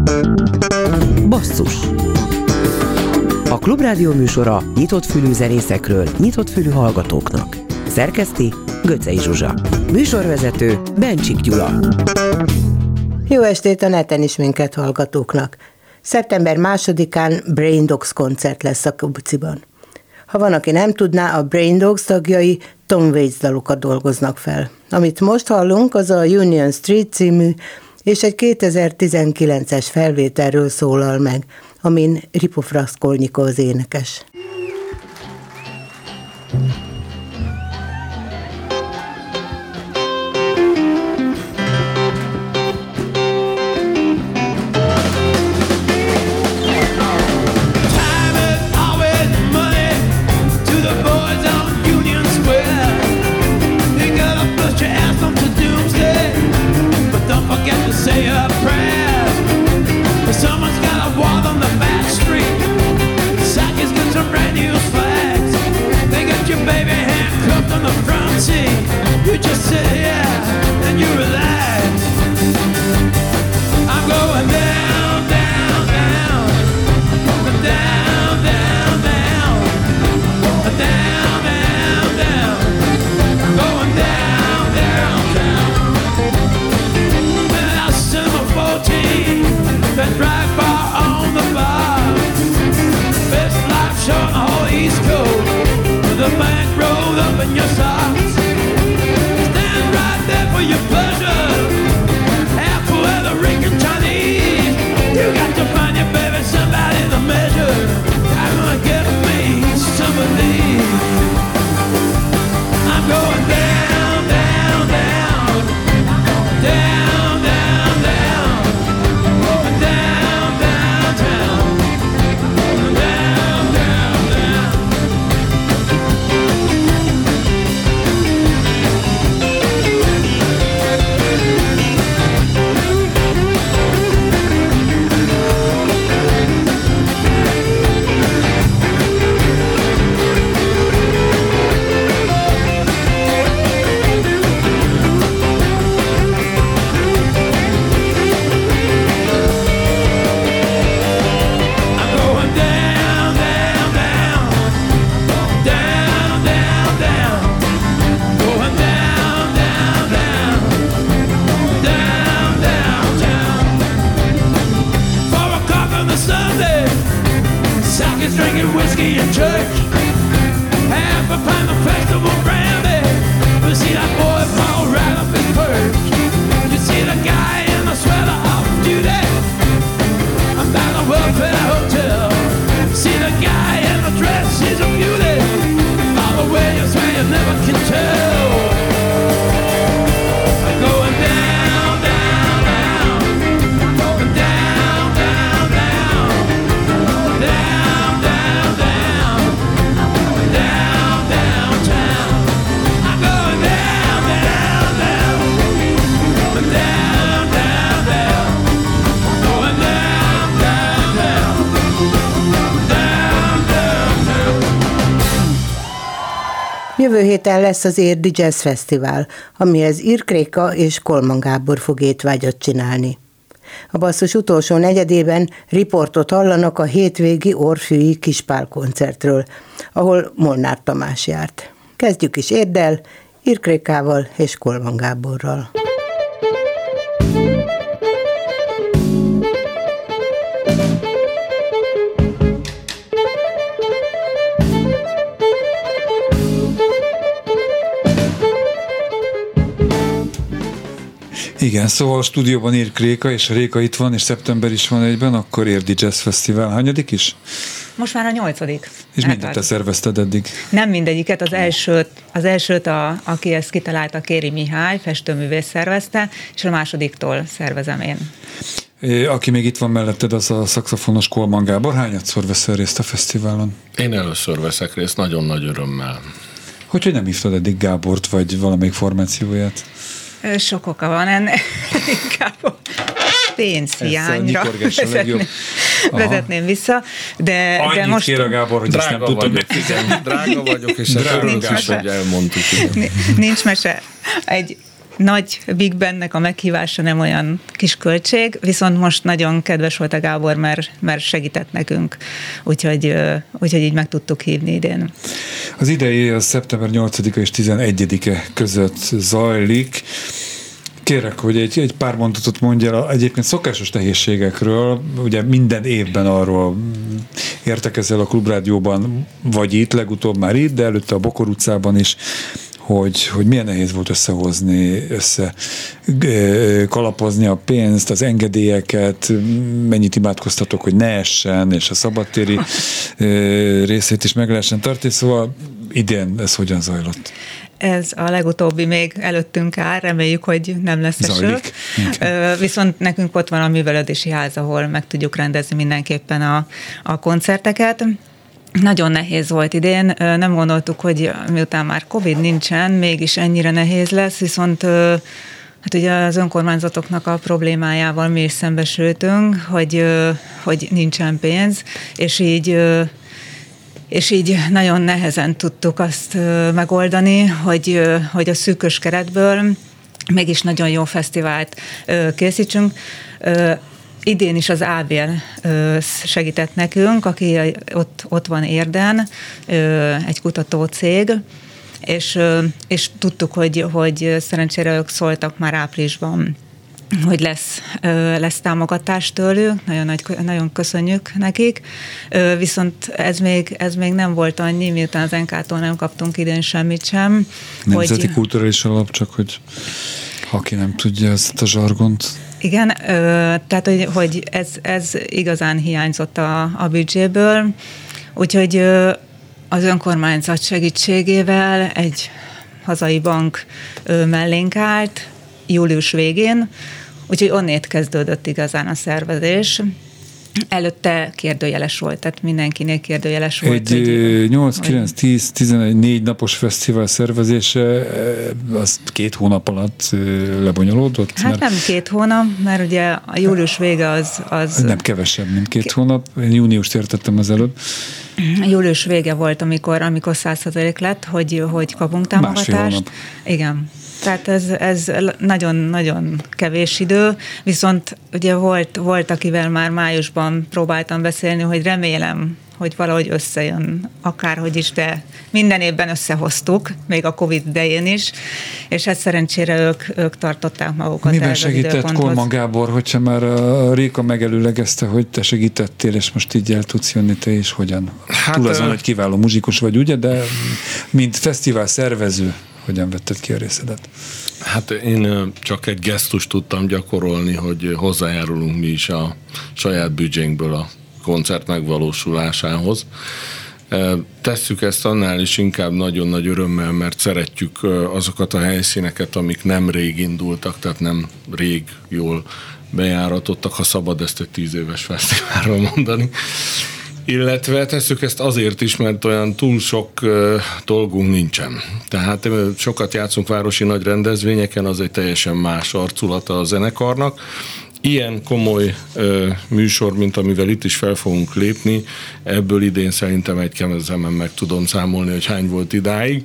Basszus. A Klubrádió műsora nyitott fülű zenészekről, nyitott fülű hallgatóknak. Szerkeszti Göcsei Zsuzsa. Műsorvezető Bencsik Gyula. Jó estét a neten is minket hallgatóknak. Szeptember 2-án Brain Dogs koncert lesz a Kabuciban. Ha van, aki nem tudná, a Brain Dogs tagjai Tom Waits dalokat dolgoznak fel. Amit most hallunk, az a Union Street című és egy 2019-es felvételről szólal meg, amin Ripov Raskolnikov az énekes. Say a prayer. Someone's got a wall on the back street. Saki's got some brand new flags. They got your baby handcuffed on the front seat. You just sit here and you relax. I'm going down, down, down, down, down, down, down, down, down. I'm going down, down, down. That drag bar on the bar, best life show on the whole East Coast, with a bank rolled up in your socks. Stand right there for your pleasure, half Puerto Rican Chinese. You got to find your baby somebody to measure. I'm gonna get me some of these. I'm going down, down, down, down. Drinking whiskey in church, half a pint of festival brandy. You see that boy fall right up his perch. You see the guy in the sweater off duty, I'm down the welfare hotel. See the guy in the dress, he's a beauty. All the way you swear you never can tell. I'm going down, down, down, going down, down, down, down. Jövő héten lesz az Érdi Jazz Fesztivál, amihez Irk Réka és Kolman Gábor fog étvágyat csinálni. A Basszus utolsó negyedében riportot hallanak a hétvégi Orfűi Kispál koncertről, ahol Molnár Tamás járt. Kezdjük is Érddel, Irk Rékával és Kolman Gáborral. Igen, szóval a stúdióban Irk Réka, és a Réka itt van, és szeptember is van egyben, akkor Érdi Jazz Fesztivál. Hányadik is? Most már a 8. És mindent te szervezted eddig? Nem mindegyiket, az elsőt, aki ezt kitalálta, Kéri Mihály, festőművész szervezte, és a másodiktól szervezem én. Aki még itt van melletted, az a szaxofonos Kolman Gábor. Hányadszor veszel részt a fesztiválon? Én először veszek részt, nagyon nagy örömmel. Hogy nem hívtad eddig Gábort, vagy valamelyik formációját? Sok oka van ennek. Inkább pénzhiányra vezetném vissza, de most... kér a Gábor, hogy ezt nem tudtam. Drága vagyok, és örülök is, hogy elmondtuk. Nincs mese. nagy Big Bandnek a meghívása nem olyan kis költség, viszont most nagyon kedves volt a Gábor, mert segített nekünk, úgyhogy így meg tudtuk hívni idén. Az idei a szeptember 8-a és 11-e között zajlik. Kérek, hogy egy pár mondatot mondjál egyébként szokásos nehézségekről, ugye minden évben arról értekezel a Klubrádióban, vagy itt, legutóbb már itt, de előtte a Bokor utcában is, hogy milyen nehéz volt összehozni, kalapozni a pénzt, az engedélyeket, mennyit imádkoztatok, hogy ne essen, és a szabadtéri részét is meg lehessen tartani, szóval idén ez hogyan zajlott? Ez a legutóbbi még előttünk áll, reméljük, hogy nem lesz eső. Viszont nekünk ott van a művelődési ház, ahol meg tudjuk rendezni mindenképpen a koncerteket. Nagyon nehéz volt idén, nem gondoltuk, hogy miután már Covid nincsen, mégis ennyire nehéz lesz, viszont hát ugye az önkormányzatoknak a problémájával mi is szembesültünk, hogy nincsen pénz, és így nagyon nehezen tudtuk azt megoldani, hogy a szűkös keretből mégis nagyon jó fesztivált készítsünk. Idén is az ABL segített nekünk, aki ott van Érden, egy kutatócég, és tudtuk, hogy szerencsére ők szóltak már áprilisban, hogy lesz támogatás tőlük, nagyon köszönjük nekik, viszont ez még nem volt annyi, miután az NK-tól nem kaptunk idén semmit sem. Nemzeti kulturális alap, csak hogy aki nem tudja ezt a zsargont. Igen, tehát hogy ez igazán hiányzott a büdzséből, úgyhogy az önkormányzat segítségével egy hazai bank mellénk állt július végén, úgyhogy onnét kezdődött igazán a szervezés. Előtte kérdőjeles volt, tehát mindenkinél kérdőjeles volt. Egy 8, 9, 10, 11, 4 napos fesztivál szervezése, az 2 hónap alatt lebonyolódott? Hát nem 2 hónap, mert ugye a július vége az... Nem kevesebb, mint 2 hónap. Én júniust értettem az előbb. Július vége volt, amikor 100% lett, hogy kapunk támogatást. Másfél hónap. Igen. Tehát ez nagyon-nagyon kevés idő, viszont ugye volt, akivel már májusban próbáltam beszélni, hogy remélem, hogy valahogy összejön, akárhogy is, de minden évben összehoztuk, még a Covid idején is, és hát szerencsére ők tartották magukat. Miben segített Kolman Gábor, hogyha már a Réka megelőlegezte, hogy te segítettél, és most így el tudsz jönni te is, hogyan? Hát, túl azon, hogy kiváló muzsikus vagy, ugye, de mint fesztivál szervező, hogyan vetted ki a részedet? Hát én csak egy gesztust tudtam gyakorolni, hogy hozzájárulunk mi is a saját büdzsénkből a koncert megvalósulásához. Tesszük ezt annál is inkább nagyon nagy örömmel, mert szeretjük azokat a helyszíneket, amik nem rég indultak, tehát nem rég jól bejáratottak, ha szabad ezt egy 10 éves fesztiválról mondani. Illetve tesszük ezt azért is, mert olyan túl sok dolgunk nincsen. Tehát sokat játszunk városi nagy rendezvényeken, az egy teljesen más arculata a zenekarnak. Ilyen komoly műsor, mint amivel itt is fel fogunk lépni, ebből idén szerintem egy kezemen meg tudom számolni, hogy hány volt idáig.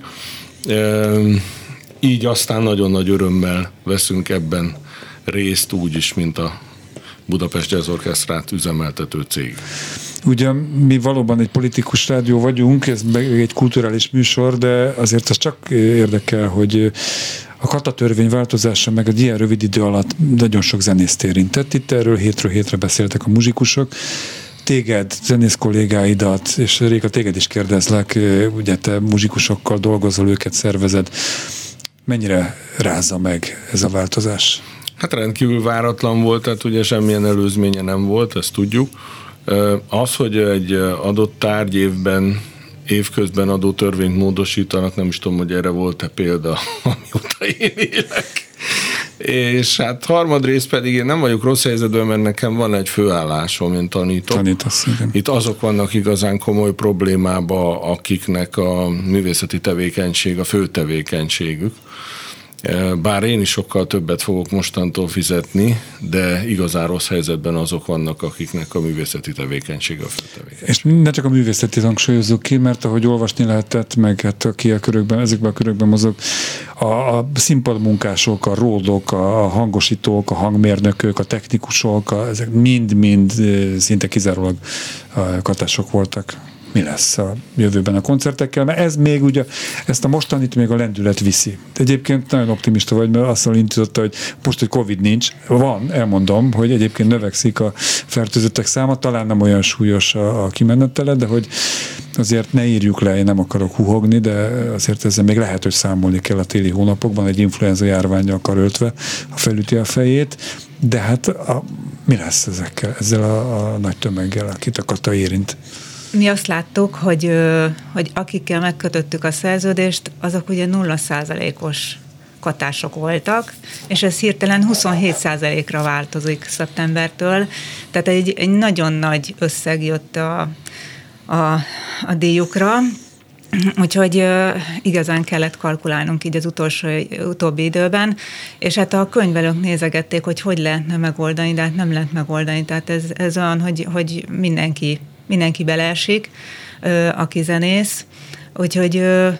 Így aztán nagyon nagy örömmel veszünk ebben részt, úgy is, mint a Budapest Jazz Orchestrát üzemeltető cég. Ugye mi valóban egy politikus rádió vagyunk, ez egy kulturális műsor, de azért az csak érdekel, hogy a katatörvény változása meg egy ilyen rövid idő alatt nagyon sok zenészt érintett. Itt erről hétről hétre beszéltek a muzsikusok. Téged, zenész kollégáidat, és Réka, téged is kérdezlek, ugye te muzsikusokkal dolgozol, őket szervezed. Mennyire rázza meg ez a változás? Hát rendkívül váratlan volt, tehát ugye semmilyen előzménye nem volt, ezt tudjuk. Az, hogy egy adott tárgyévben évközben adó törvényt módosítanak, nem is tudom, hogy erre volt-e példa, amióta én élek. És hát harmadrészt pedig én nem vagyok rossz helyzetben, mert nekem van egy főállásom, én tanítok. Tanítasz, igen. Itt azok vannak igazán komoly problémába, akiknek a művészeti tevékenység a fő tevékenységük. Bár én is sokkal többet fogok mostantól fizetni, de igazán rossz helyzetben azok vannak, akiknek a művészeti tevékenység a fő tevékenység. És ne csak a művészeti hangsúlyozzuk ki, mert ahogy olvasni lehetett, meg hát aki a körökben, ezekben a körökben mozog, a színpadmunkások, a ródok, a hangosítók, a hangmérnökök, a technikusok, ezek mind-mind szinte kizárólag katások voltak. Mi lesz a jövőben a koncertekkel, mert ez még ugye, ezt a mostanit még a lendület viszi. Egyébként nagyon optimista vagy, mert azt indította, hogy most, hogy Covid nincs, van, elmondom, hogy egyébként növekszik a fertőzöttek száma, talán nem olyan súlyos a kimenetele, de hogy azért ne írjuk le, én nem akarok huhogni, de azért ezzel még lehet, hogy számolni kell a téli hónapokban, egy influenza járvánnyal karöltve, ha felüti a fejét, de hát mi lesz ezzel a nagy tömeggel, akit a kata érint? Mi azt láttuk, hogy akikkel megkötöttük a szerződést, azok ugye 0%-os katások voltak, és ez hirtelen 27%-ra változik szeptembertől, tehát egy nagyon nagy összeg jött a díjukra, úgyhogy igazán kellett kalkulálnunk így az utóbbi időben, és hát a könyvelők nézegették, hogy lehetne megoldani, de hát nem lehet megoldani, tehát ez olyan, hogy mindenki beleesik, aki zenész, úgyhogy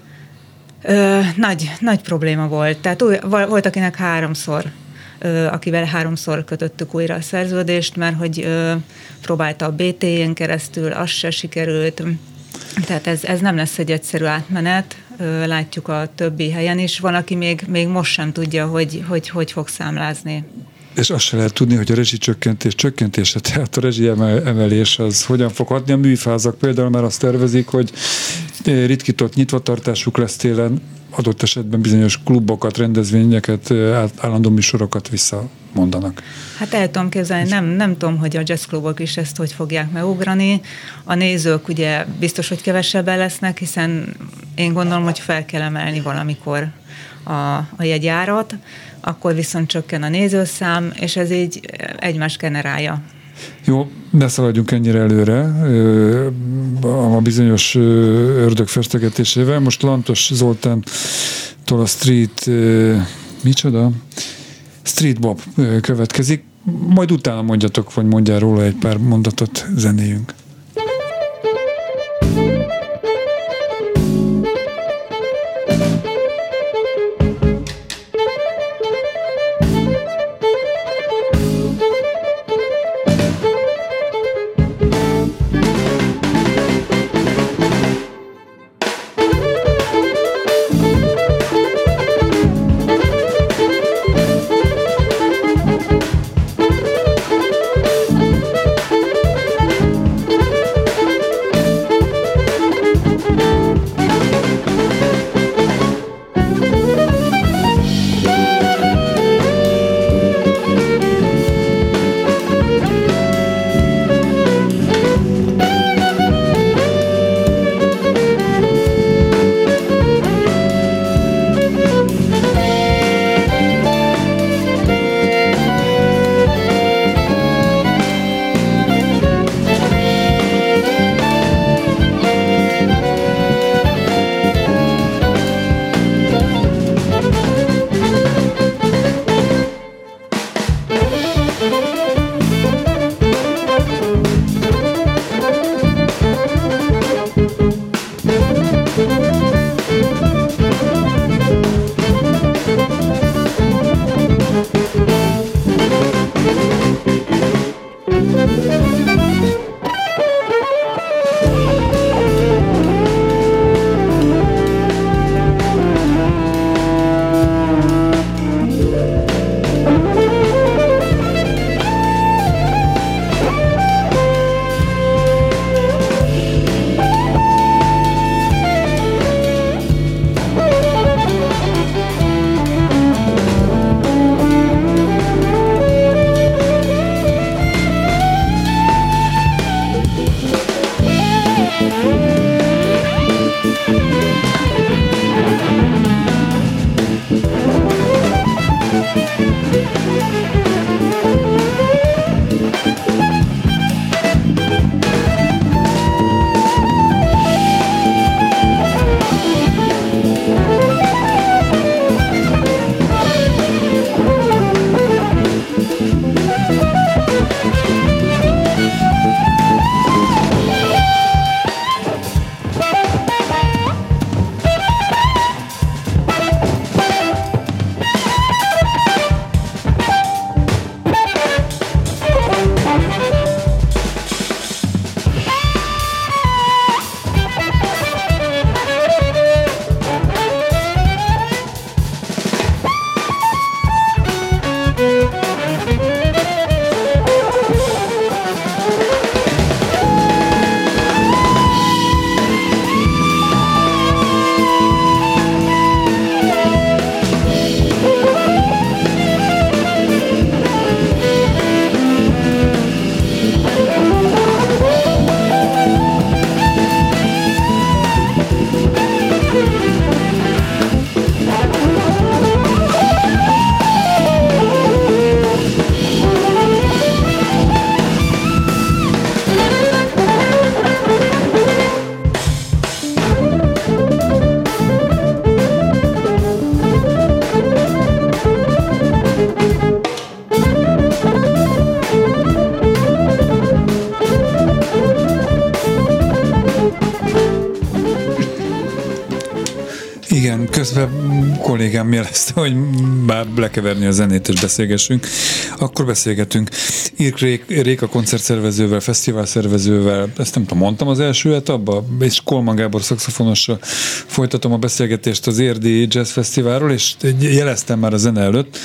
nagy probléma volt. Tehát volt, akinek akivel háromszor kötöttük újra a szerződést, mert hogy próbálta a BT-n keresztül, az se sikerült. Tehát ez nem lesz egy egyszerű átmenet, látjuk a többi helyen is. Van, aki még most sem tudja, hogy fog számlázni. És azt se lehet tudni, hogy a csökkentése, tehát a rezsiemelés az hogyan fog hatni. A műfázak például már azt tervezik, hogy ritkított nyitvatartásuk lesz télen, adott esetben bizonyos klubokat, rendezvényeket, állandó műsorokat visszamondanak. Hát el tudom képzelni, nem tudom, hogy a jazzklubok is ezt hogy fogják megugrani. A nézők ugye biztos, hogy kevesebben lesznek, hiszen én gondolom, hogy fel kell emelni valamikor a jegyárat, akkor viszont csökken a nézőszám, és ez így egymást generálja. Jó, ne szaladjunk ennyire előre a bizonyos ördög festegetésével. Most Lantos Zoltántól a Street Bob következik. Majd utána mondjatok, vagy mondjál róla egy pár mondatot, zenéjünk. Közben kollégám jelezte, hogy bár lekeverni a zenét és beszélgessünk, akkor beszélgetünk. Irk Réka koncertszervezővel, fesztiválszervezővel, ezt nem tudom, mondtam az első etapban, és Kolman Gábor szaxofonossal folytatom a beszélgetést az Érdi Jazz Fesztiválról, és jeleztem már a zene előtt,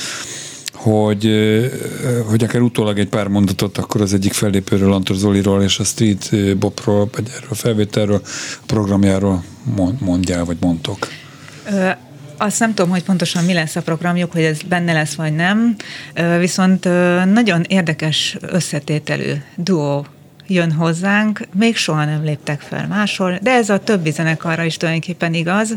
hogy akár utólag egy pár mondatot akkor az egyik fellépőről, Antor Zoliról és a Street Bopról, vagy erről a felvételről, a programjáról mondjál, vagy mondtok. Azt nem tudom, hogy pontosan mi lesz a programjuk, hogy ez benne lesz, vagy nem, viszont nagyon érdekes összetételű duó jön hozzánk, még soha nem léptek fel máshol, de ez a többi zenekarra is tulajdonképpen igaz.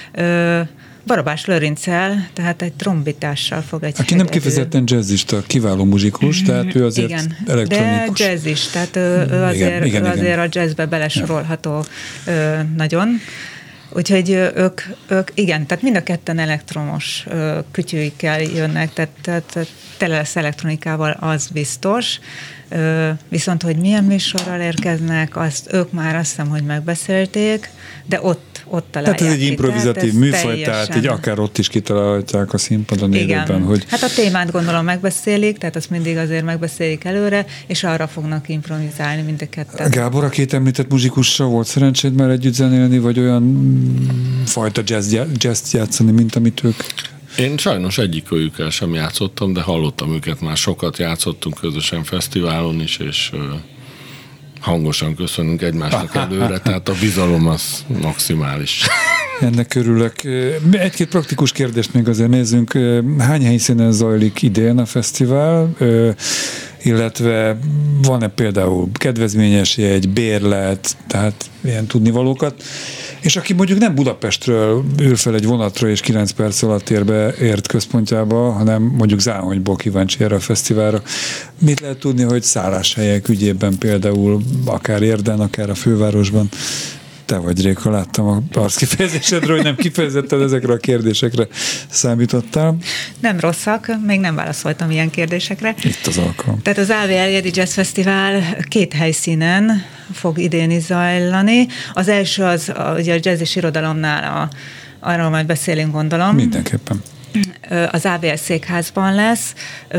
Barabás Lőrinccel, tehát egy trombitással fog egy aki nem kifejezetten jazzista, kiváló muzsikus, tehát ő azért igen, elektronikus. de jazz is, tehát ő azért a jazzbe belesorolható nagyon. Úgyhogy ők igen, tehát mind a ketten elektromos kütyűikkel jönnek, tehát tele lesz elektronikával, az biztos. Viszont, hogy milyen műsorral érkeznek, azt ők már azt hiszem, hogy megbeszélték, de ott találják. Tehát ez egy improvizatív műfaj, tehát így akár ott is kitalálhatják a színpadon élőben. Hogy... Hát a témát gondolom megbeszélik, tehát azt mindig azért megbeszélik előre, és arra fognak improvizálni mind a ketten. Gábor, a két említett muzsikussal volt szerencséd már együtt zenélni, vagy olyan fajta jazz játszani, mint amit ők? Én sajnos egyikőjükkel sem játszottam, de hallottam őket, már sokat játszottunk közösen fesztiválon is, és hangosan köszönünk egymásnak előre, tehát a bizalom az maximális. Ennek örülök. Egy-két praktikus kérdést még azért nézzünk. Hány helyszínen zajlik idén a fesztivál, illetve van-e például kedvezményes jegy, bérlet, tehát ilyen tudnivalókat? És aki mondjuk nem Budapestről ül fel egy vonatra, és 9 perc alatt ért központjába, hanem mondjuk Záhonyból kíváncsi erre a fesztiválra, mit lehet tudni, hogy szálláshelyek ügyében például akár Érden, akár a fővárosban? Te vagy, Réka, láttam a arckifejezésedről, hogy nem kifejezetten ezekre a kérdésekre számítottál. Nem rosszak, még nem válaszoltam ilyen kérdésekre. Itt az alkalom. Tehát az AVL Érdi Jazz Fesztivál 2 helyszínen fog idén is zajlani. Az első az ugye a jazz és irodalomnál, arról majd beszélünk, gondolom. Mindenképpen. Az AVL székházban lesz.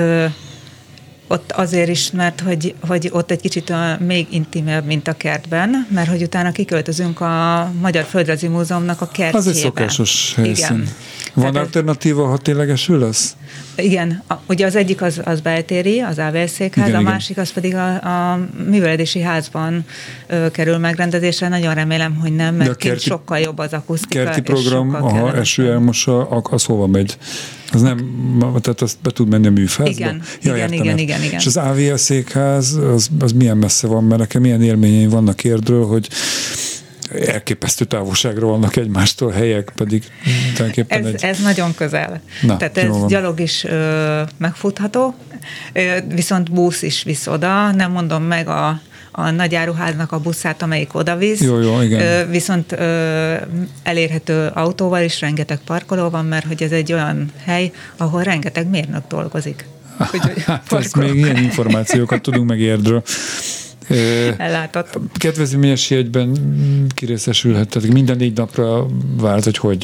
Ott azért is, mert hogy ott egy kicsit még intimebb, mint a kertben, mert hogy utána kiköltözünk a Magyar Földrajzi Múzeumnak a kertjébe. Az egy szokásos helyszín. Igen. Van alternatíva, ha ténylegesül lesz? Igen, ugye az egyik az beltéri, az AVL székház, igen, a másik az pedig a művelődési házban kerül megrendezésre. Nagyon remélem, hogy nem, mert sokkal jobb az akusztika. Kerti program, ha eső elmossa, az hova megy? Az nem, tehát azt be tud menni a műfázba? Igen. És az AVL székház, az milyen messze van, mert nekem milyen élményeim vannak Érdről, hogy elképesztő távolságra vannak egymástól helyek, pedig tulajdonképpen ez nagyon közel. Tehát ez gyalog is megfutható, viszont busz is visz oda, nem mondom meg a nagyáruháznak a buszát, amelyik odavisz. Jó, igen. Viszont elérhető autóval is rengeteg parkoló van, mert hogy ez egy olyan hely, ahol rengeteg mérnök dolgozik. Hát ezt még ilyen információkat tudunk meg Érdről. Ellátott. Kedvezményes jegyben kirészesülhet, tehát minden 4 napra vált, hogy?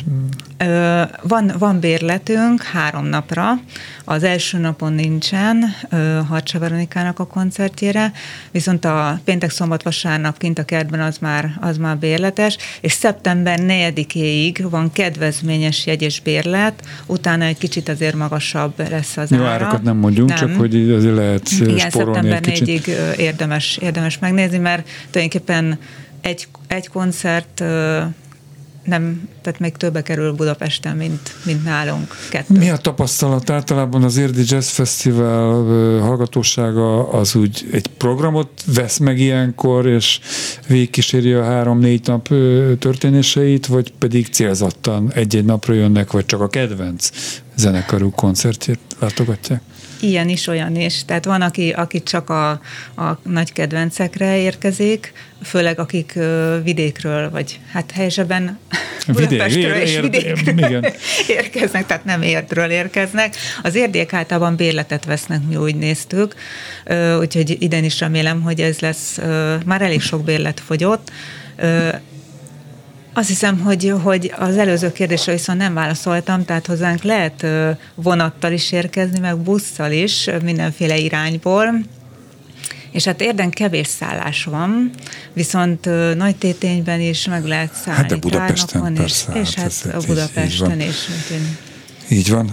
Van bérletünk 3 napra. Az első napon nincsen Harcsa Veronikának a koncertjére, viszont a péntek, szombat, vasárnap kint a kertben az már bérletes, és szeptember 4-éig van kedvezményes jegy és bérlet, utána egy kicsit azért magasabb lesz az ára. Jó, árakat nem mondjunk, nem. Csak hogy azért lehet igen, spórolni egy kicsit. Igen, szeptember 4-ig érdemes megnézni, mert tulajdonképpen egy koncert nem, tehát még többe kerül Budapesten, mint nálunk 2. Mi a tapasztalat? Általában az Érdi Jazz Fesztivál hallgatósága az úgy egy programot vesz meg ilyenkor, és végigkíséri a 3-4 nap történéseit, vagy pedig célzattan egy-egy napra jönnek, vagy csak a kedvenc zenekarú koncertjét látogatják? Ilyen is, olyan is. Tehát van, aki csak a nagy kedvencekre érkezik, főleg akik vidékről, vagy hát helyesebben Budapestről és vidékről érkeznek, tehát nem Érdről érkeznek. Az érdiek általában bérletet vesznek, mi úgy néztük, úgyhogy idén is remélem, hogy ez lesz, már elég sok bérlet fogyott. Azt hiszem, hogy az előző kérdésre viszont nem válaszoltam, tehát hozzánk lehet vonattal is érkezni, meg busszal is, mindenféle irányból. És hát Érden kevés szállás van, viszont Nagytétényben is meg lehet szállni. Hát de Budapesten persze. És hát a Budapesten is. Így van.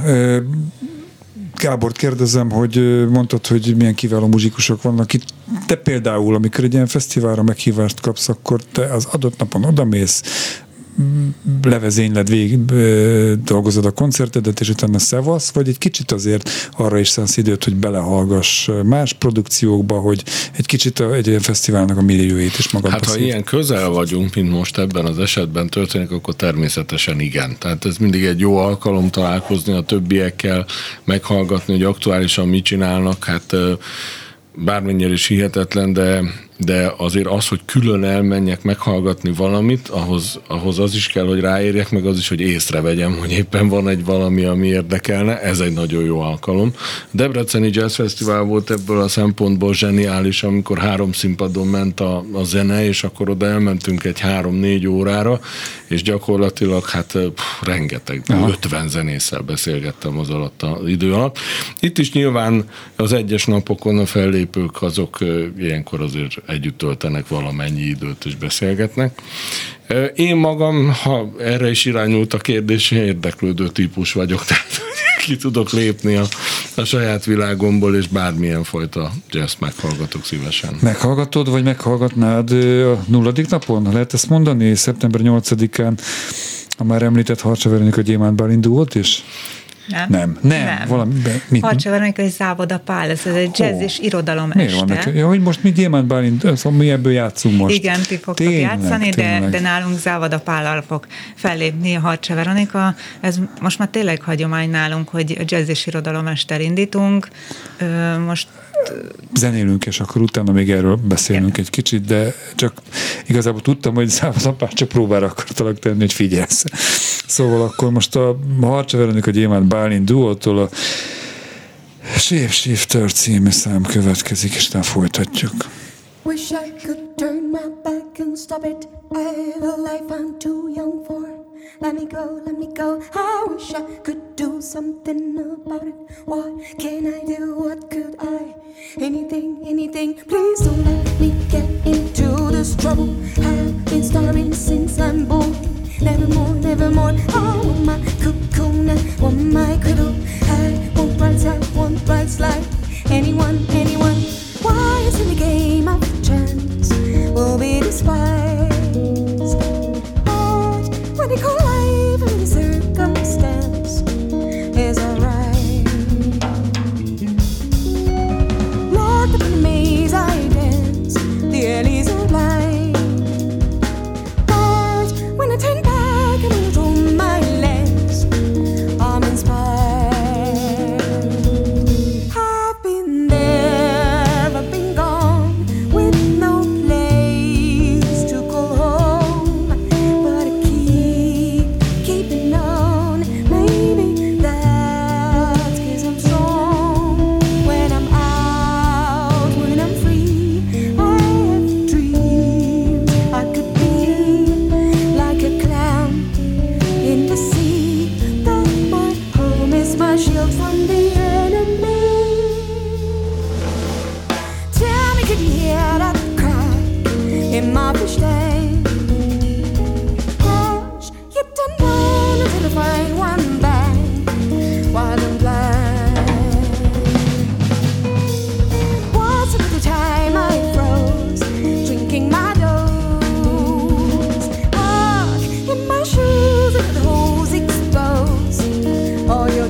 Gábort kérdezem, hogy mondtad, hogy milyen kiváló muzsikusok vannak itt. Te például, amikor egy ilyen fesztiválra meghívást kapsz, akkor te az adott napon odamész, levezényled, végig dolgozod a koncertedet, és utána szevasz, vagy egy kicsit azért arra is szánsz időt, hogy belehallgass más produkciókba, hogy egy kicsit egy ilyen fesztiválnak a milliójét is magadba Hát ha ilyen közel vagyunk, mint most ebben az esetben történik, akkor természetesen igen. Tehát ez mindig egy jó alkalom találkozni a többiekkel, meghallgatni, hogy aktuálisan mit csinálnak, hát bármennyire is hihetetlen, de azért az, hogy külön elmenjek meghallgatni valamit, ahhoz az is kell, hogy ráérjek, meg az is, hogy észrevegyem, hogy éppen van egy valami, ami érdekelne. Ez egy nagyon jó alkalom. Debreceni Jazz Fesztivál volt ebből a szempontból zseniális, amikor 3 színpadon ment a zene, és akkor oda elmentünk egy 3-4 órára, és gyakorlatilag rengeteg, 50 zenésszel beszélgettem az alatt az idő alatt. Itt is nyilván az egyes napokon a fellépők azok ilyenkor azért együtt töltenek valamennyi időt és beszélgetnek. Én magam, ha erre is irányult a kérdés, érdeklődő típus vagyok, tehát ki tudok lépni a saját világomból, és bármilyen fajta jazz meghallgatok szívesen. Meghallgatod, vagy meghallgatnád a 0. napon? Lehet ezt mondani? Szeptember 8-án a már említett Harcsa Veronika Gyémánt Bálint duót is? Nem. Harcsa Veronika és Závoda Pál, ez egy jazz és irodalom este. Miért van neki? Ja, hogy most mi Gyémánt Bálint, szóval mi ebből játszunk most. Igen, ti fogtok játszani, de nálunk Závoda Pállal fog fellépni a Harcsa Veronika. Ez most már tényleg hagyomány nálunk, hogy a jazz és irodalom este indítunk. Most zenélünk, és akkor utána még erről beszélünk egy kicsit, de csak igazából tudtam, hogy Závoda Pál csak próbára akartalak tenni, hogy figyelsz. Szóval akkor most a Harcsa Veronika Gyémánt Bálint duótól a Shapeshifter című szám következik, és utána folytatjuk. Wish I could turn my back and stop it. I have a life I'm too young for. Let me go, let me go. I wish I could do something about it. What can I do? What could I? Anything. Please don't let me get into this trouble. I've been starving since I'm born. Nevermore. I want my cocoon, I want my cradle. I want bright light. Anyone. Why is in the game of chance will be despised? But when they call life in the circumstance is alright. Locked up in the maze I dance, the alleys are blind. But when I turn back and roll my legs, I'm inspired. I've been there, I've been gone, with no place to call home. But I keep on. Maybe that's 'cause I'm strong. When I'm out, when I'm free, I have dreams. I could be like a clown in the sea. That my home is my shield from the enemy. Tell me, could you hear that cry in my fish tank? Gosh, you don't want until I find one back while I'm blind. Once upon a time I froze, drinking my dose. In my shoes and the holes exposed, all your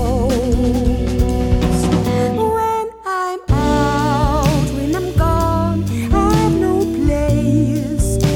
toes. When I'm out, when I'm gone, I have no place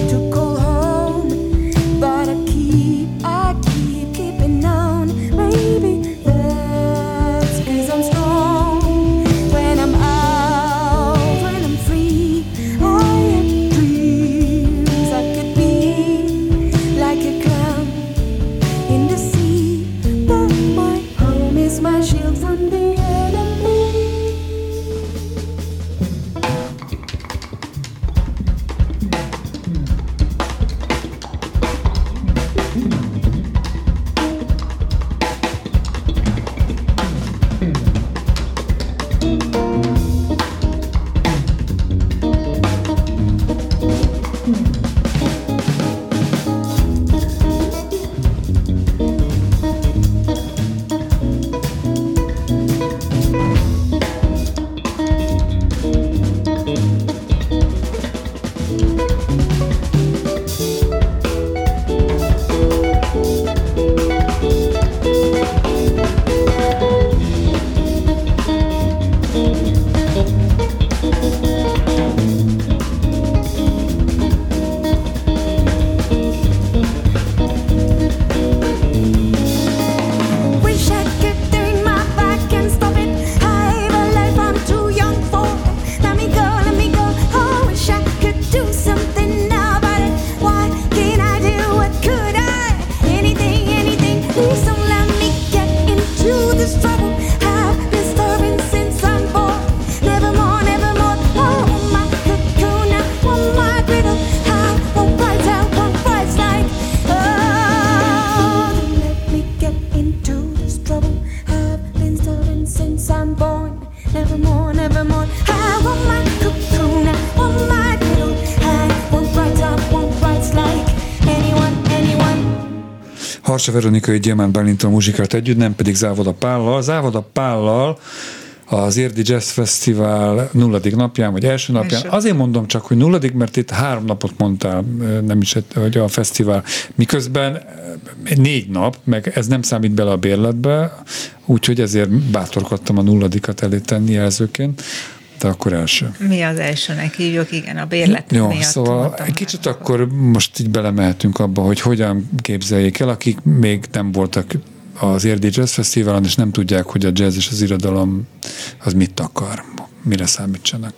Harsa Veronikai Gyémánt Bálintal muzsikált együtt, nem pedig Závoda Pállal. Závoda Pállal az Érdi Jazz Fesztivál 0. napján, vagy első napján. Azért mondom csak, hogy 0., mert itt 3 napot mondtál, nem is, hogy a fesztivál. Miközben 4 nap, meg ez nem számít bele a bérletbe, úgyhogy ezért bátorkodtam a 0. elé tenni jelzőként. De akkor első. Mi az elsőnek hívjuk, igen, a bérlet miatt. Jó, szóval egy kicsit akkor most így belemehetünk abba, hogy hogyan képzeljék el, akik még nem voltak az Érdi Jazz Fesztiválon, és nem tudják, hogy a jazz és az irodalom az mit akar, mire számítsanak.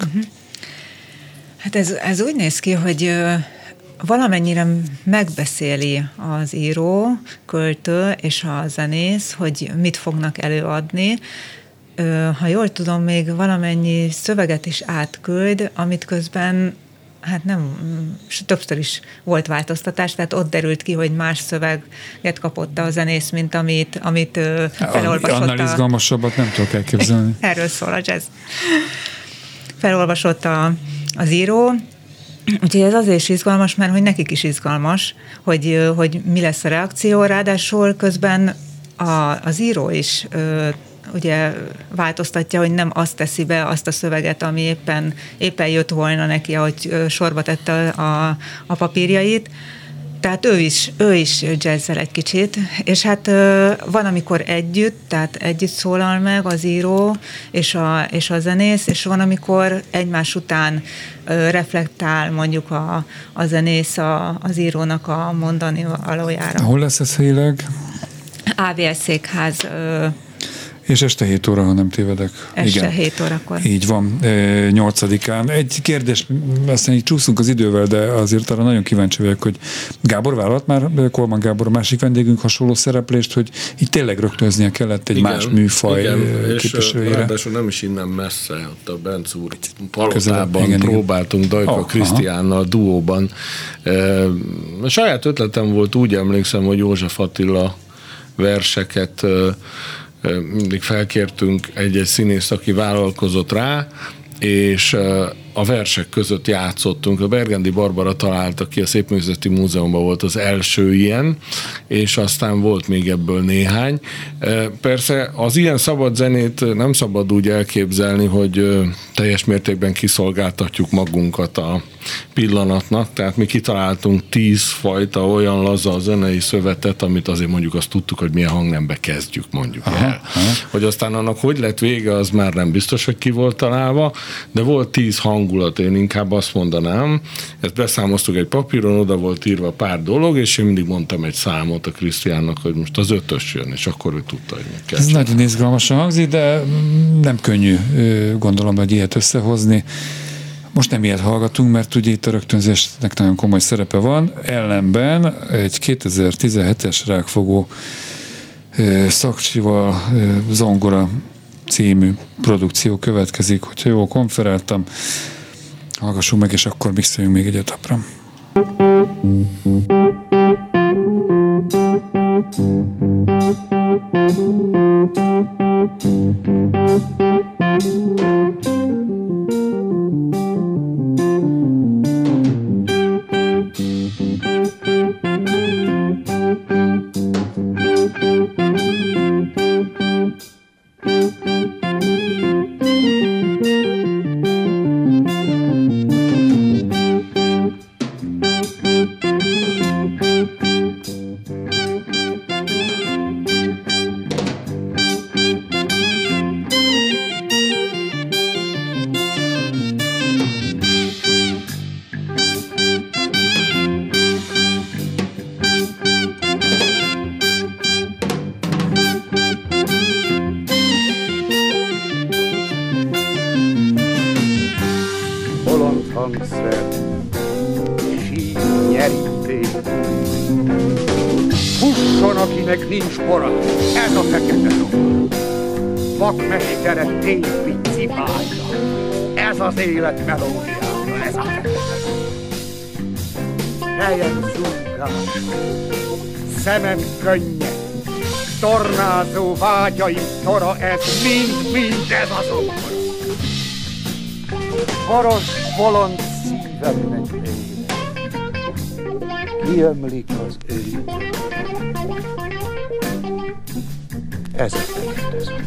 Hát ez úgy néz ki, hogy valamennyire megbeszéli az író, költő és a zenész, hogy mit fognak előadni. Ha jól tudom, még valamennyi szöveget is átküld, amit közben hát nem, többször is volt változtatás, tehát ott derült ki, hogy más szöveget kapott a zenész, mint amit felolvasott. Annál izgalmasabbat nem tudok elképzelni. Erről szól a jazz. Felolvasott az író, úgyhogy ez azért is izgalmas, mert hogy nekik is izgalmas, hogy mi lesz a reakció, ráadásul közben az író is ugye változtatja, hogy nem azt teszi be azt a szöveget, ami éppen jött volna neki, ahogy sorba tette a papírjait. Tehát ő is jazzel egy kicsit, és hát van, amikor együtt szólal meg az író és a zenész, és van, amikor egymás után reflektál mondjuk a zenész az írónak a mondani valójára. Hol lesz ez helyileg? AVS székház. És este 7 óra, ha nem tévedek. Este igen. 7 órakor. Így van, 8-án. Egy kérdés, aztán így csúszunk az idővel, de azért arra nagyon kíváncsi vagyok, hogy Gábor vállalt már, Kolman Gábor, a másik vendégünk hasonló szereplést, hogy így tényleg rögtönöznie kellett egy más műfaj képviselőjére. És ráadásul nem is innen messze, ott a Benc úr palotában próbáltunk Dajka Krisztiánnal duóban. A saját ötletem volt, úgy emlékszem, hogy József Attila verseket mindig felkértünk egy-egy színészt, aki vállalkozott rá, és a versek között játszottunk. A Bergendi Barbara találta ki, a Szépművészeti Múzeumban volt az első ilyen, és aztán volt még ebből néhány. Persze az ilyen szabad zenét nem szabad úgy elképzelni, hogy teljes mértékben kiszolgáltatjuk magunkat a pillanatnak, tehát mi kitaláltunk 10 fajta olyan laza zenei szövetet, amit azért mondjuk azt tudtuk, hogy milyen hangnembe kezdjük mondjuk el. Hogy aztán annak hogy lett vége, az már nem biztos, hogy ki volt találva, de volt 10 hangulat, én inkább azt mondanám, ezt beszámoztuk egy papíron, oda volt írva pár dolog, és én mindig mondtam egy számot a Krisztiánnak, hogy most az 5-ös jön, és akkor ő tudta, hogy mit kell. Ez nagyon izgalmasan hangzik, de nem könnyű, gondolom, hogy ilyet összehozni. Most nem ilyet hallgatunk, mert ugye itt a rögtönzésnek nagyon komoly szerepe van. Ellenben egy 2017-es rákfogó Szaksival zongora című produkció következik. Hogyha jól konferáltam, hallgassunk meg, és akkor mixeljünk még egy etapra. Élet melódiája, ez a fejem zúgás, szemem könnyed, tornázó vágyaim tora, ez mind ez az ókor. Varos bolond szívemnek él. kiömlik az őr. Ez a fekete zongora.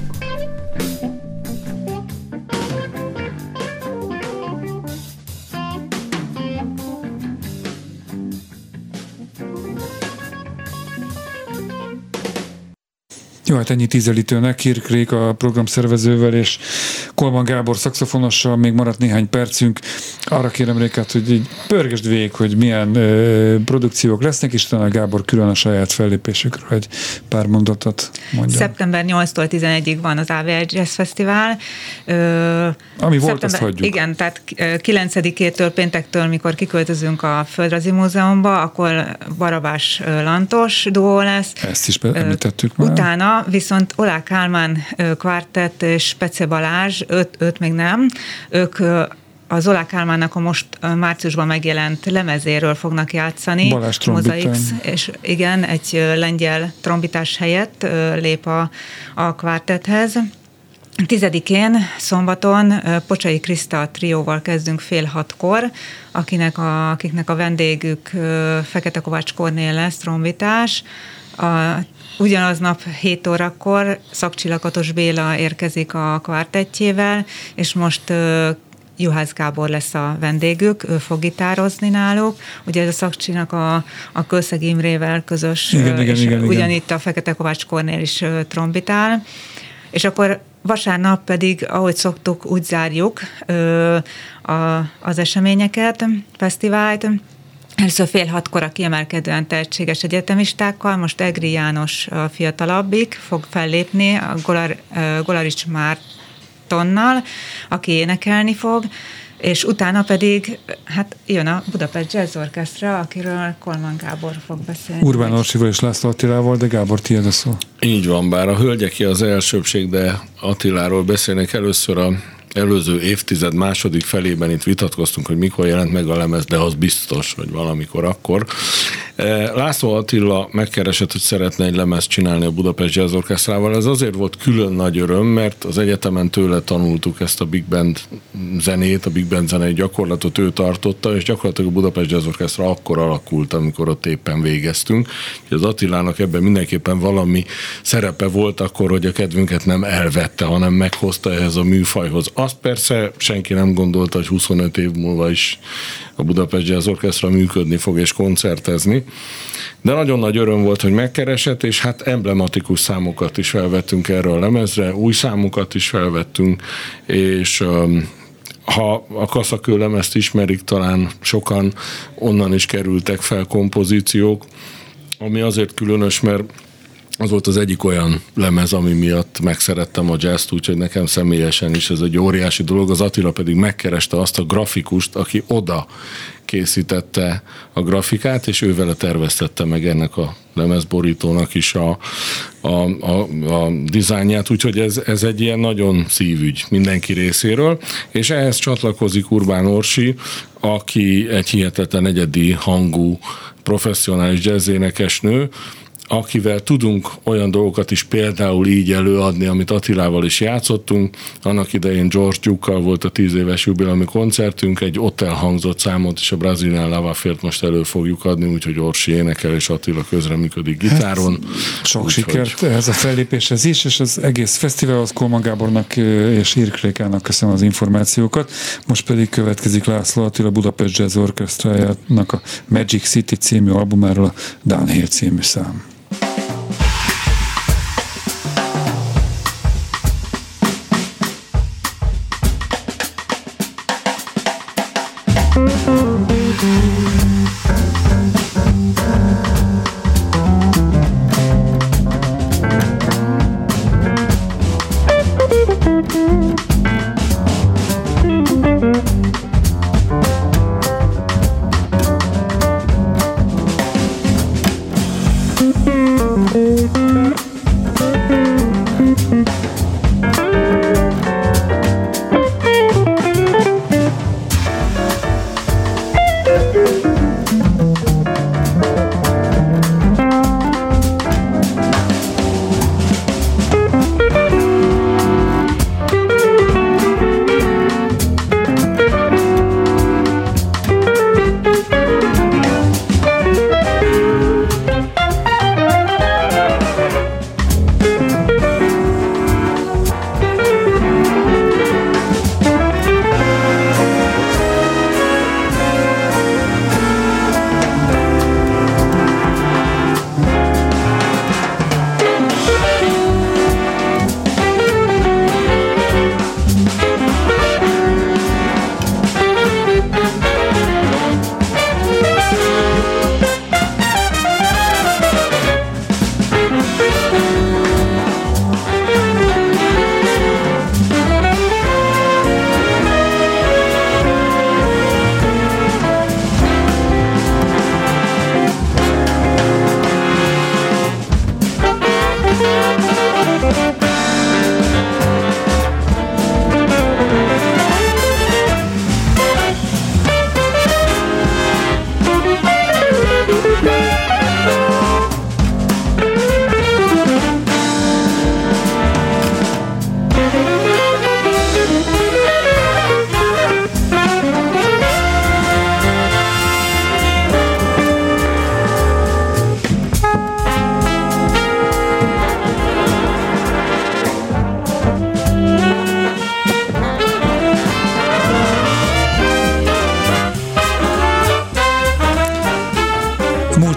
Jó, hát ennyi Tízelítőnek, Kirk Rék a programszervezővel és Kolman Gábor szaxofonossal, még maradt néhány percünk. Arra kérem Rékát, hogy így pörgesd végig, hogy milyen produkciók lesznek, és utána Gábor külön a saját fellépésükről egy pár mondatot mondja. Szeptember 8-tól 11-ig van az AVL Jazz Fesztivál. Ami volt, azt hagyjuk. Igen, tehát 9-től péntektől, mikor kiköltözünk a Földrajzi Múzeumba, akkor Barabás Lantos duó lesz. Ezt is említettük már. Utána viszont Olá Kálmán kvártett és Pece Balázs, őt még nem, ők az Olá Kálmánnak a most márciusban megjelent lemezéről fognak játszani. Balázs trombitán. És igen, egy lengyel trombitás helyett lép a kvártethez. 10-én szombaton Pocsai Kriszta trióval kezdünk 5:30-kor, akiknek a vendégük Fekete Kovács Kornél lesz, trombitás. Ugyanaznap 7 órakor Szakcsillakatos Béla érkezik a kvártettjével, és most Juhász Gábor lesz a vendégük, ő fog gitározni náluk. Ugye ez a Szakcsinak a Kőszeg Imrével közös, igen. Ugyanitt a Fekete Kovács Kornél is trombitál. És akkor vasárnap pedig, ahogy szoktuk, úgy zárjuk az eseményeket, fesztivált. Először 5:30-kor a kiemelkedően tehetséges egyetemistákkal, most Egri János a fiatalabbik fog fellépni a Golarics Mártonnal, aki énekelni fog, és utána pedig jön a Budapest Jazz Orchestra, akiről Kolman Gábor fog beszélni. Urbán Orsival és László Attilával, de Gábor, tiéd a szó. Így van, bár a hölgyeké az elsőbség, de Attiláról beszélnek. Először a előző évtized második felében itt vitatkoztunk, hogy mikor jelent meg a lemez, de az biztos, hogy valamikor akkor. László Attila megkeresett, hogy szeretne egy lemezt csinálni a Budapest Jazz Orchestrával. Ez azért volt külön nagy öröm, mert az egyetemen tőle tanultuk ezt a Big Band zenét, a Big Band zenei gyakorlatot ő tartotta, és gyakorlatilag a Budapest Jazz Orchestra akkor alakult, amikor ott éppen végeztünk. Az Attilának ebben mindenképpen valami szerepe volt akkor, hogy a kedvünket nem elvette, hanem meghozta ehhez a műfajhoz. Azt persze senki nem gondolta, hogy 25 év múlva is a Budapest Jazz Orchestra működni fog és koncertezni. De nagyon nagy öröm volt, hogy megkeresett, és hát emblematikus számokat is felvettünk erre a lemezre, új számokat is felvettünk, és ha a Kaszakő lemezt ismerik, talán sokan, onnan is kerültek fel kompozíciók, ami azért különös, mert az volt az egyik olyan lemez, ami miatt megszerettem a jazzt, úgyhogy nekem személyesen is ez egy óriási dolog. Az Attila pedig megkereste azt a grafikust, aki oda készítette a grafikát, és ő vele terveztette meg ennek a lemezborítónak is a dizájnját, úgyhogy ez egy ilyen nagyon szívügy mindenki részéről, és ehhez csatlakozik Urbán Orsi, aki egy hihetetlen egyedi hangú, professzionális jazzénekesnő, akivel tudunk olyan dolgokat is például így előadni, amit Attilával is játszottunk. Annak idején George Duke-kal volt a 10 éves jubileumi koncertünk, egy ott elhangzott számot, és a Brazilian Lavafért most elő fogjuk adni, úgyhogy Orsi énekel, és Attila közreműködik gitáron. Sok sikert ez a fellépéshez is, és az egész fesztiválhoz Kolman Gábornak és Irk Rékának köszönöm az információkat. Most pedig következik László Attila Budapest Jazz Orchestra-jának a Magic City című albumáról a Downhill című szám.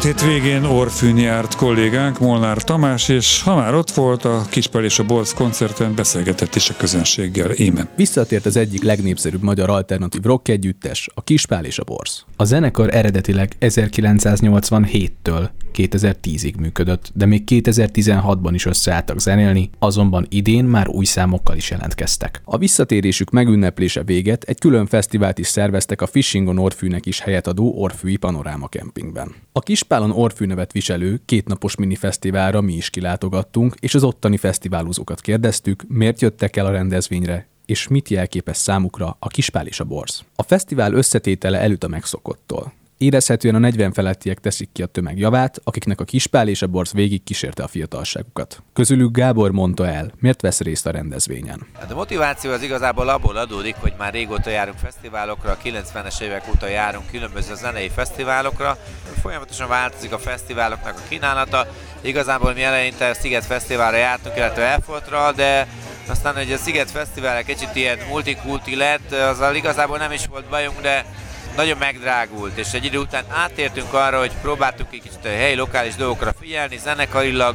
hét végén Orfűn járt kollégánk, Molnár Tamás, és ha már ott volt, a Kispál és a Borz koncerten beszélgetett is a közönséggel íme. Visszatért az egyik legnépszerűbb magyar alternatív rock együttes, a Kispál és a Borz. A zenekar eredetileg 1987-től 2010-ig működött, de még 2016-ban is összeálltak zenélni, azonban idén már új számokkal is jelentkeztek. A visszatérésük megünneplése véget egy külön fesztivált is szerveztek a Fishingon Orfűnek is helyet adó Orfűi Panoráma Kempingben. A Kispálon Orfű nevet viselő kétnapos minifesztiválra mi is kilátogattunk, és az ottani fesztiválozókat kérdeztük, miért jöttek el a rendezvényre, és mit jelképez számukra a Kispál és a Borz. A fesztivál összetétele elüt a megszokottól. Érezhetően a 40 felettiek teszik ki a tömeg javát, akiknek a Kispál és a Borz végig kísérte a fiatalságukat. Közülük Gábor mondta el, miért vesz részt a rendezvényen. Hát a motiváció az igazából abból adódik, hogy már régóta járunk fesztiválokra, a 90-es évek óta járunk különböző zenei fesztiválokra. Folyamatosan változik a fesztiváloknak a kínálata. Igazából mi eleinte a Sziget Fesztiválra jártunk, illetve Elfoltra, de aztán, hogy a Sziget Fesztivál egy kicsit ilyen multikulti lett, azzal igazából nem is volt bajunk, de nagyon megdrágult, és egy idő után átértünk arra, hogy próbáltuk egy kicsit a helyi lokális dolgokra figyelni, zenekarilag,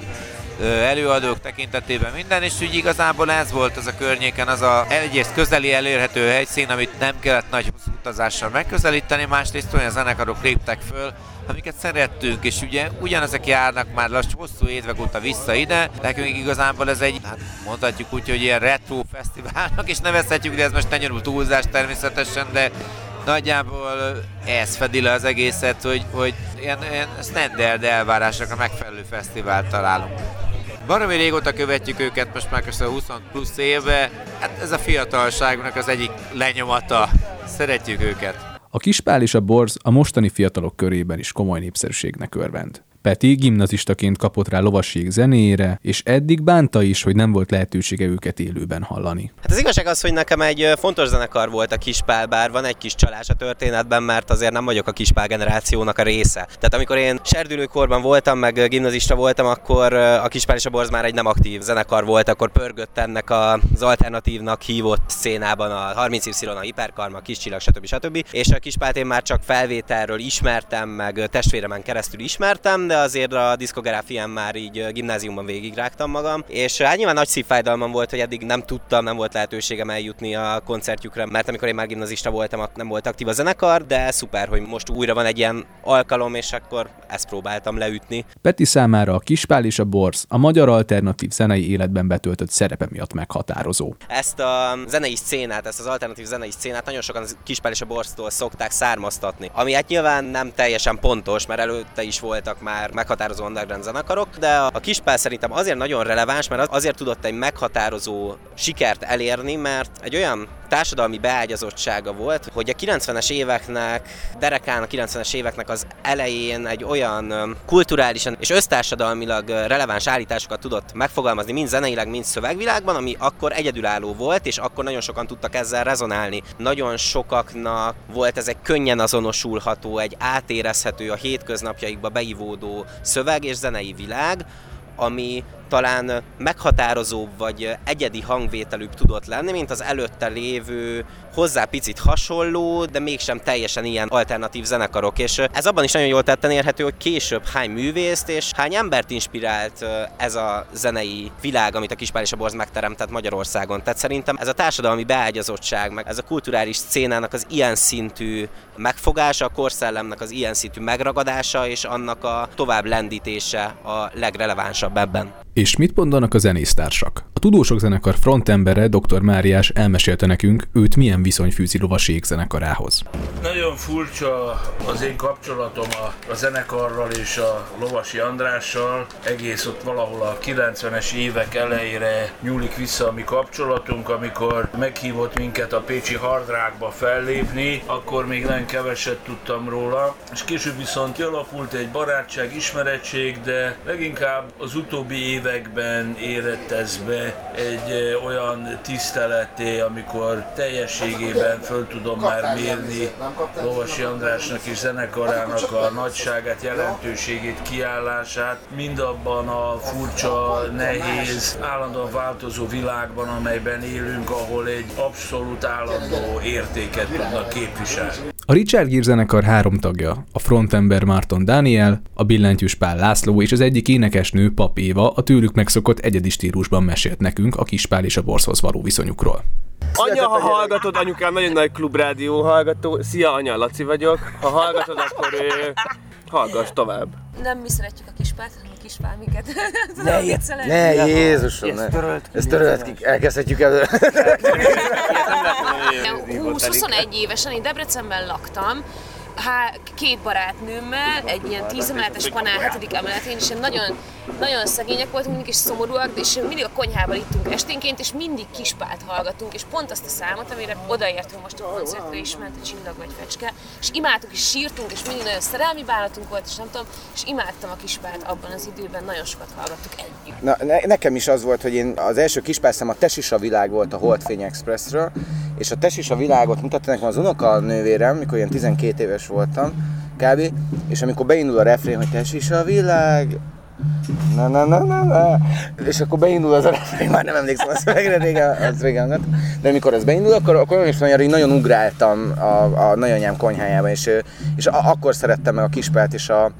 előadók tekintetében minden, és úgy igazából ez volt az a környéken, az a egyrészt közeli elérhető helyszín, amit nem kellett nagy utazással megközelíteni, másrészt olyan zenekarok léptek föl, amiket szerettünk, és ugye ugyanezek járnak már lassú hosszú évek óta vissza ide. Nekünk igazából ez egy, hát mondhatjuk úgy, hogy ilyen retro fesztiválnak is nevezhetjük, de ez most nagyon túlzás természetesen, de nagyjából ez fedi le az egészet, hogy ilyen standard elvárásokra megfelelő fesztivált találunk. Baromi régóta követjük őket, most már köszönöm 20 plusz éve, hát ez a fiatalságunknak az egyik lenyomata, szeretjük őket. A Kispál és a Borz a mostani fiatalok körében is komoly népszerűségnek örvend. Peti gimnazistaként kapott rá lovasjég zenéjére, és eddig bánta is, hogy nem volt lehetősége őket élőben hallani. Hát az igazság az, hogy nekem egy fontos zenekar volt a Kispál, bár van egy kis csalás a történetben, mert azért nem vagyok a Kispál generációnak a része. Tehát amikor én serdülőkorban voltam, meg gimnazista voltam, akkor a Kispál és a Borz már egy nem aktív zenekar volt, akkor pörgött ennek az alternatívnak hívott szcénában a 30Y, a Hiperkarma, a Kis Csillag, stb. És a Kispált én már csak felvételről ismertem, meg testvéremen keresztül ismertem, de azért a diszkográfián már így gimnáziumban végigrágtam magam, és hát nyilván nagy szívfájdalmam volt, hogy eddig nem volt lehetőségem eljutni a koncertjükre, mert amikor én már gimnazista voltam, nem volt aktív a zenekar, de szuper, hogy most újra van egy ilyen alkalom, és akkor ezt próbáltam leütni. Peti számára a Kispál és a Borz a magyar alternatív zenei életben betöltött szerepe miatt meghatározó. Ezt a zenei szcénát, ezt az alternatív zenei szcénát nagyon sokan a Kispál és a Borztól szokták származtatni, ami hát nyilván nem teljesen pontos, mert előtte is voltak már meghatározó underground zenekarok, de a Kispál szerintem azért nagyon releváns, mert azért tudott egy meghatározó sikert elérni, mert egy olyan társadalmi beágyazottsága volt, hogy a 90-es éveknek, derekán a 90-es éveknek az elején egy olyan kulturálisan és össztársadalmilag releváns állításokat tudott megfogalmazni, mind zeneileg, mind szövegvilágban, ami akkor egyedülálló volt, és akkor nagyon sokan tudtak ezzel rezonálni. Nagyon sokaknak volt ez egy könnyen azonosulható, egy átérezhető, a hétköznapjaikba beivódó szöveg és zenei világ, ami talán meghatározóbb vagy egyedi hangvételűbb tudott lenni, mint az előtte lévő, hozzá picit hasonló, de mégsem teljesen ilyen alternatív zenekarok. És ez abban is nagyon jól tetten érhető, hogy később hány művészt és hány embert inspirált ez a zenei világ, amit a Kispál és a Borz megteremtett Magyarországon. Tehát szerintem ez a társadalmi beágyazottság, meg ez a kulturális szcénának az ilyen szintű megfogása, a korszellemnek az ilyen szintű megragadása, és annak a tovább lendítése a legrelevánsabb ebben. És mit mondanak a zenésztársak? A Tudósok zenekar frontembere, dr. Máriás elmesélte nekünk, őt milyen viszony fűzi lovasjég zenekarához. Nagyon furcsa az én kapcsolatom a zenekarral és a Lovasi Andrással. Egész ott valahol a 90-es évek elejére nyúlik vissza a mi kapcsolatunk, amikor meghívott minket a pécsi Hard Rockba fellépni, akkor még nagyon keveset tudtam róla, és később viszont kialakult egy barátság, ismerettség, de leginkább az utóbbi években érett ez be egy olyan tiszteleté, amikor teljességében föl tudom már mérni Lovasi Andrásnak és zenekarának a nagyságát, jelentőségét, kiállását, mindabban a furcsa, nehéz, állandóan változó világban, amelyben élünk, ahol egy abszolút állandó értéket tudnak képviselni. A Richard Gere zenekar 3 tagja, a frontember Márton Dániel, a billentyűs Pál László és az egyik énekesnő Pap Éva a tőlük megszokott egyedi stílusban mesélt nekünk a Kispál és a Borszhoz való viszonyukról. Anya, ha hallgatod, anyukám nagyon nagy klubrádió hallgató. Szia, anya, Laci vagyok. Ha hallgatod, akkor hallgass tovább. Nem mi szeretjük a Kispált, hanem a Kispál minket. Ne, Jézusom, ne. Ezt törölt ki, elkezdhetjük el. 20-21 évesen én Debrecenben laktam, 2 barátnőmmel, egy ilyen 10 emeletes panel 7. emeletén, és nagyon, nagyon szegények voltunk, mindig is szomorúak, és mindig a konyhában ittunk esténként, és mindig Kispált hallgatunk, és pont azt a számot, amire odaértünk most a koncertre is, ment a Csillag vagy Fecske, és imádtuk, és sírtunk, és mindig nagyon szerelmi bánatunk volt, és nem tudom, és imádtam a Kispált abban az időben, nagyon sokat hallgattuk együtt. Na, nekem is az volt, hogy én az első Kispálszám a Tes is a világ volt a Holdfény Expressről, és a Tes is a világot mutatta nekem az unokanővérem, mikor ilyen 12 éves voltam, kb. És amikor beindul a refrén, hogy Tes is a világ, na, és akkor beindul az a refrén, már nem emlékszem a szövegre, az régen, de amikor ez beindul, akkor olyan is mondja, hogy nagyon ugráltam a nagyanyám konyhájába, és akkor szerettem meg a Kispált, és a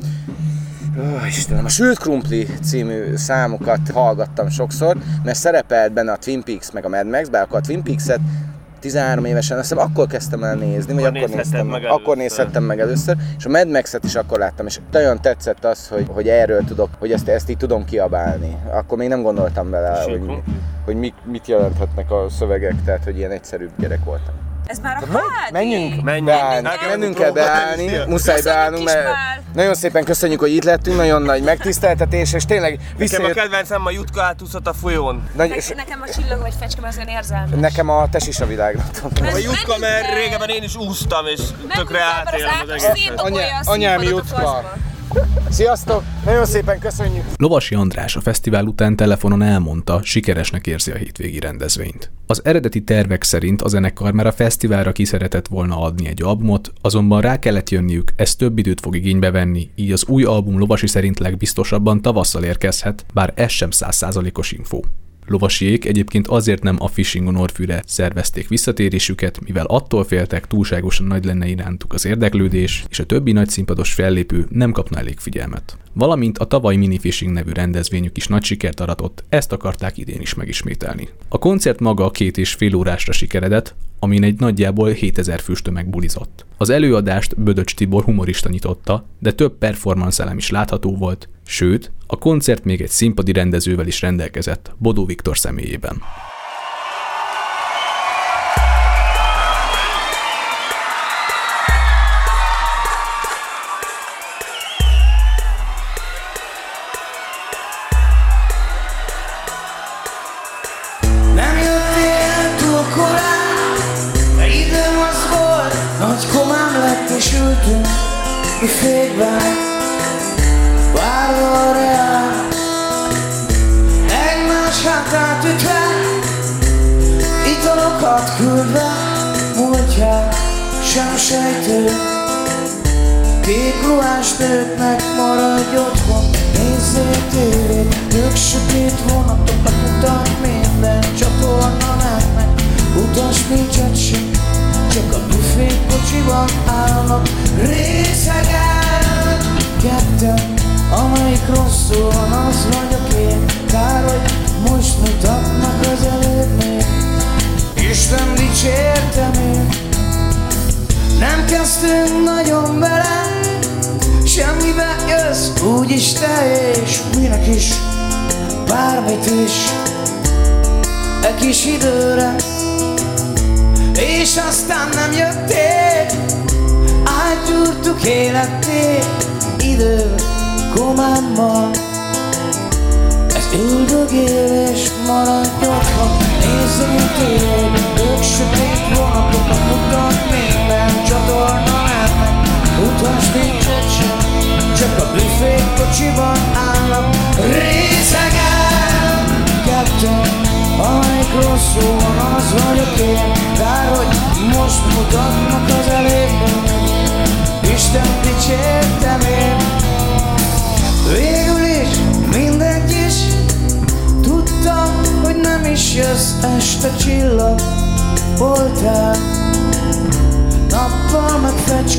Sült Krumpli című számokat hallgattam sokszor, mert szerepelt benne a Twin Peaks meg a Mad Max, bár akkor a Twin Peaks-et 13 évesen, azt hiszem akkor kezdtem el nézni, vagy akkor nézhettem meg először, és a Mad Max-et is akkor láttam, és nagyon tetszett az, hogy erről tudok, hogy ezt így tudom kiabálni. Akkor még nem gondoltam bele, hogy mit jelenthetnek a szövegek, tehát hogy ilyen egyszerűbb gyerek voltam. Ez már a hát! Menjünk kell beállni, muszáj beállnunk, mert nagyon szépen köszönjük, hogy itt lettünk, nagyon nagy megtiszteltetés, és tényleg visszajött... Nekem a kedvencem a Jutka átúszott a folyón. Nekem a Csillag vagy Fecske, mert az olyan érzelmes. Nekem a Tes is a világnak. A Jutka, mert régebben én is úsztam, és tökre átélem az egészet. Anyám Jutka! Sziasztok! Nagyon szépen köszönjük! Lovasi András a fesztivál után telefonon elmondta, sikeresnek érzi a hétvégi rendezvényt. Az eredeti tervek szerint a zenekar már a fesztiválra ki szeretett volna adni egy albumot, azonban rá kellett jönniük, ez több időt fog igénybe venni, így az új album Lovasi szerint legbiztosabban tavasszal érkezhet, bár ez sem 100%-os info. Lovasiék egyébként azért nem a Fishing on Orfűre szervezték visszatérésüket, mivel attól féltek, túlságosan nagy lenne irántuk az érdeklődés, és a többi nagyszínpados fellépő nem kapna elég figyelmet. Valamint a tavaly Mini Fishing nevű rendezvényük is nagy sikert aratott, ezt akarták idén is megismételni. A koncert maga 2,5 órásra sikeredett, amin egy nagyjából 7000 fős tömeg bulizott. Az előadást Bödöcs Tibor humorista nyitotta, de több performance elem is látható volt, sőt, a koncert még egy színpadi rendezővel is rendelkezett, Bodó Viktor személyében. Nem jöttél túl korán, de időm az volt, nagy komám lett és ültünk büfékben, várva a reál, egymás hátát ütve, italokat küldve, múltját sem sejtő. Kék ruhás nőknek maradj otthon, nézzél tévét, ők sötét vonatokat mutat, minden csatorna mennek, utas nincsen sem, csak a büfékocsiban állnak részegen. Ketten, amelyik rosszul van, az vagyok én, kár, hogy most mutatnak az előbb még, Isten dicsértem én. Nem kezdtünk nagyon bele, semmibe jössz, úgyis te és minek is, bármit is, egy kis időre, és aztán nem jöttél, átgyúrtuk életté, idő komámmal. Ez üldögél és maradj otthon, nézzél tévét, ők sötét vonatokat mutat, minden csatorna mennek, utas nincsen sem, csak a büfékocsiban állnak részegen. Ketten, amelyik rosszul van, az vagyok én, kár, hogy most mutatnak az elében, Isten dicsértem én. Végül is mindegy is, tudtam, hogy nem is jössz, este csillag voltál, nappal meg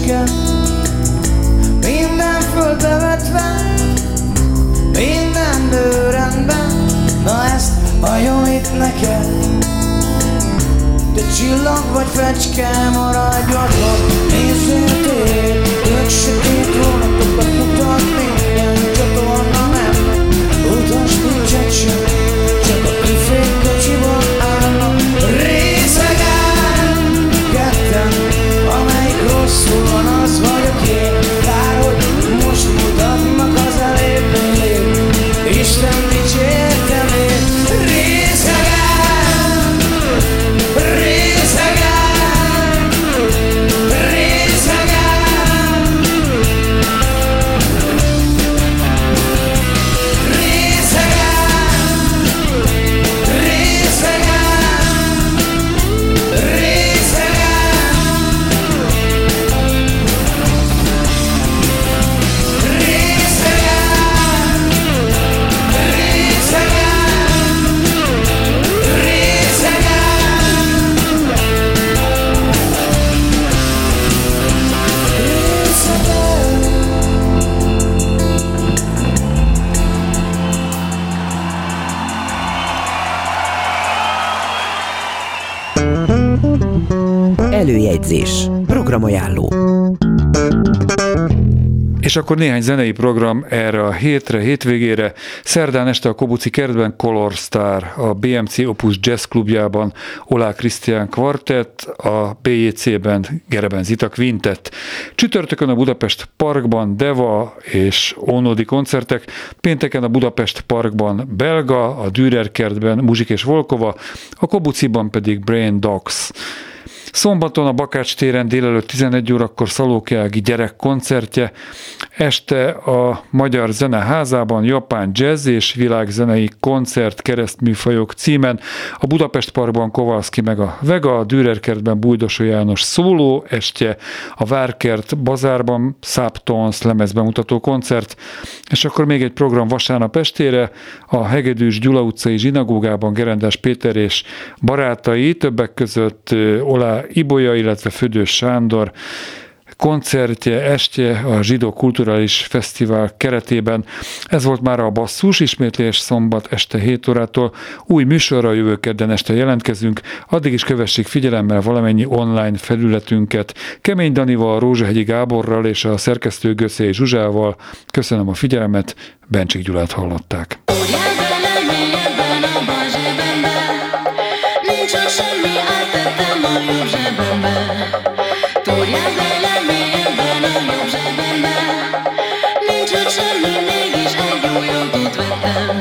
Szívecske, maradj otthon, nézzél tél, ők sötét vonatokat mutat minden csatorna nem. Utas nincset sem, csak a büfék kocsiban állnak. Részegen, ketten, amelyik rosszul van, az vagyok én. Kár, hogy most mutatnak az eléből. Isten dicsértem én. Részegen, részegen, részegen, Előjegyzés. Programajánló. És akkor néhány zenei program erre a hétvégére. Szerdán este a Kobuci kertben Color Star, a BMC Opus Jazz klubjában Olá Krisztián kvartett, a BJC-ben Gereben Zita Quintett. Csütörtökön a Budapest Parkban Deva és Ónodi koncertek, pénteken a Budapest Parkban Belga, a Dürer kertben Muzsik és Volkova, a Kobuciban pedig Brain Dogs. Szombaton a Bakács téren délelőtt 11 órakor Szalóki Ági gyerekkoncertje, este a Magyar Zeneházában japán jazz és világzenei koncert keresztműfajok címen, a Budapest Parkban Kovalszki meg a Vega, a Dürer kertben Bújdosó János szóló estje, a Várkert bazárban Subtones lemezbemutató koncert, és akkor még egy program vasárnap estére, a Hegedűs Gyula utcai zsinagógában Gerendás Péter és barátai, többek között Olá Ibolya, illetve Födös Sándor koncertje, estje a Zsidó Kulturális Fesztivál keretében. Ez volt már a Basszus, ismétlés szombat este 7 órától. Új műsorra jövő kedden este jelentkezünk, addig is kövessék figyelemmel valamennyi online felületünket. Kemény Danival, Rózsahegyi Gáborral és a szerkesztő Göcei Zsuzsával. Köszönöm a figyelmet, Bencsik Gyulát hallották. Tudjál bele mélyebben a jobb zsebembe, nincs ott semmi, mégis egy új autót vettem.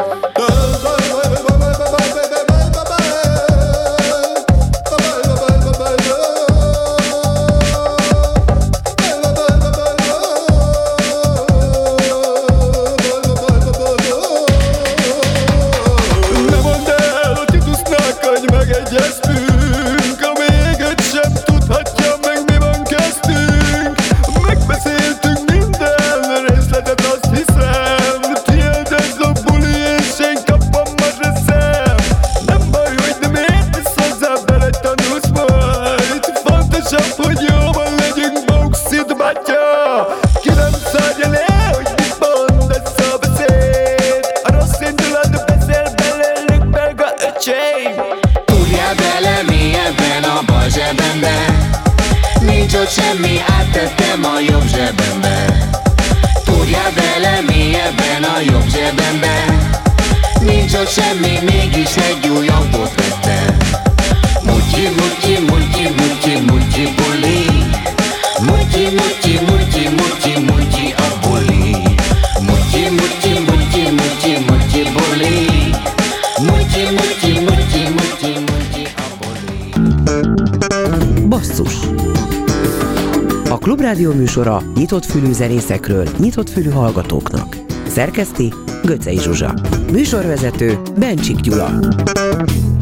Ne mondd el a Titusnak, hogy megegyeztünk, amíg egy sem tudhatja meg, mi van köztünk. Megbeszéltünk minden részletet, azt hiszem. Tiéd ez a buli, és én kapom a zseszem. Nem baj, hogy nem értesz hozzá, bele tanulsz majd. Fontosabb, hogy jóban legyünk, Bauxit bátya. Ki nem szárja le, hogy mit mond ez a beszéd. A rossz indulat beszél belőlük, belga öcsém. Tudjál bele mélyebben a bal zsebembe, nincs ott semmi, áttettem a jobb zsebembe. Tudjál bele mélyebben a jobb zsebembe, nincs ott semmi, mégis egy új autót vettem. Mutyi, mutyi, mutyi, mutyi, mutyi buli, mutyi, mutyi, mutyi, mutyi, mutyi a buli. Mutyi, mutyi, mutyi, mutyi, mutyi buli, mutyi, mutyi, mutyi, mutyi, mutyi a buli. Basszus. A Klubrádió műsora nyitott fülű zenészekről, nyitott fülű hallgatóknak. Szerkeszti Göcei Zsuzsa. Műsorvezető Bencsik Gyula.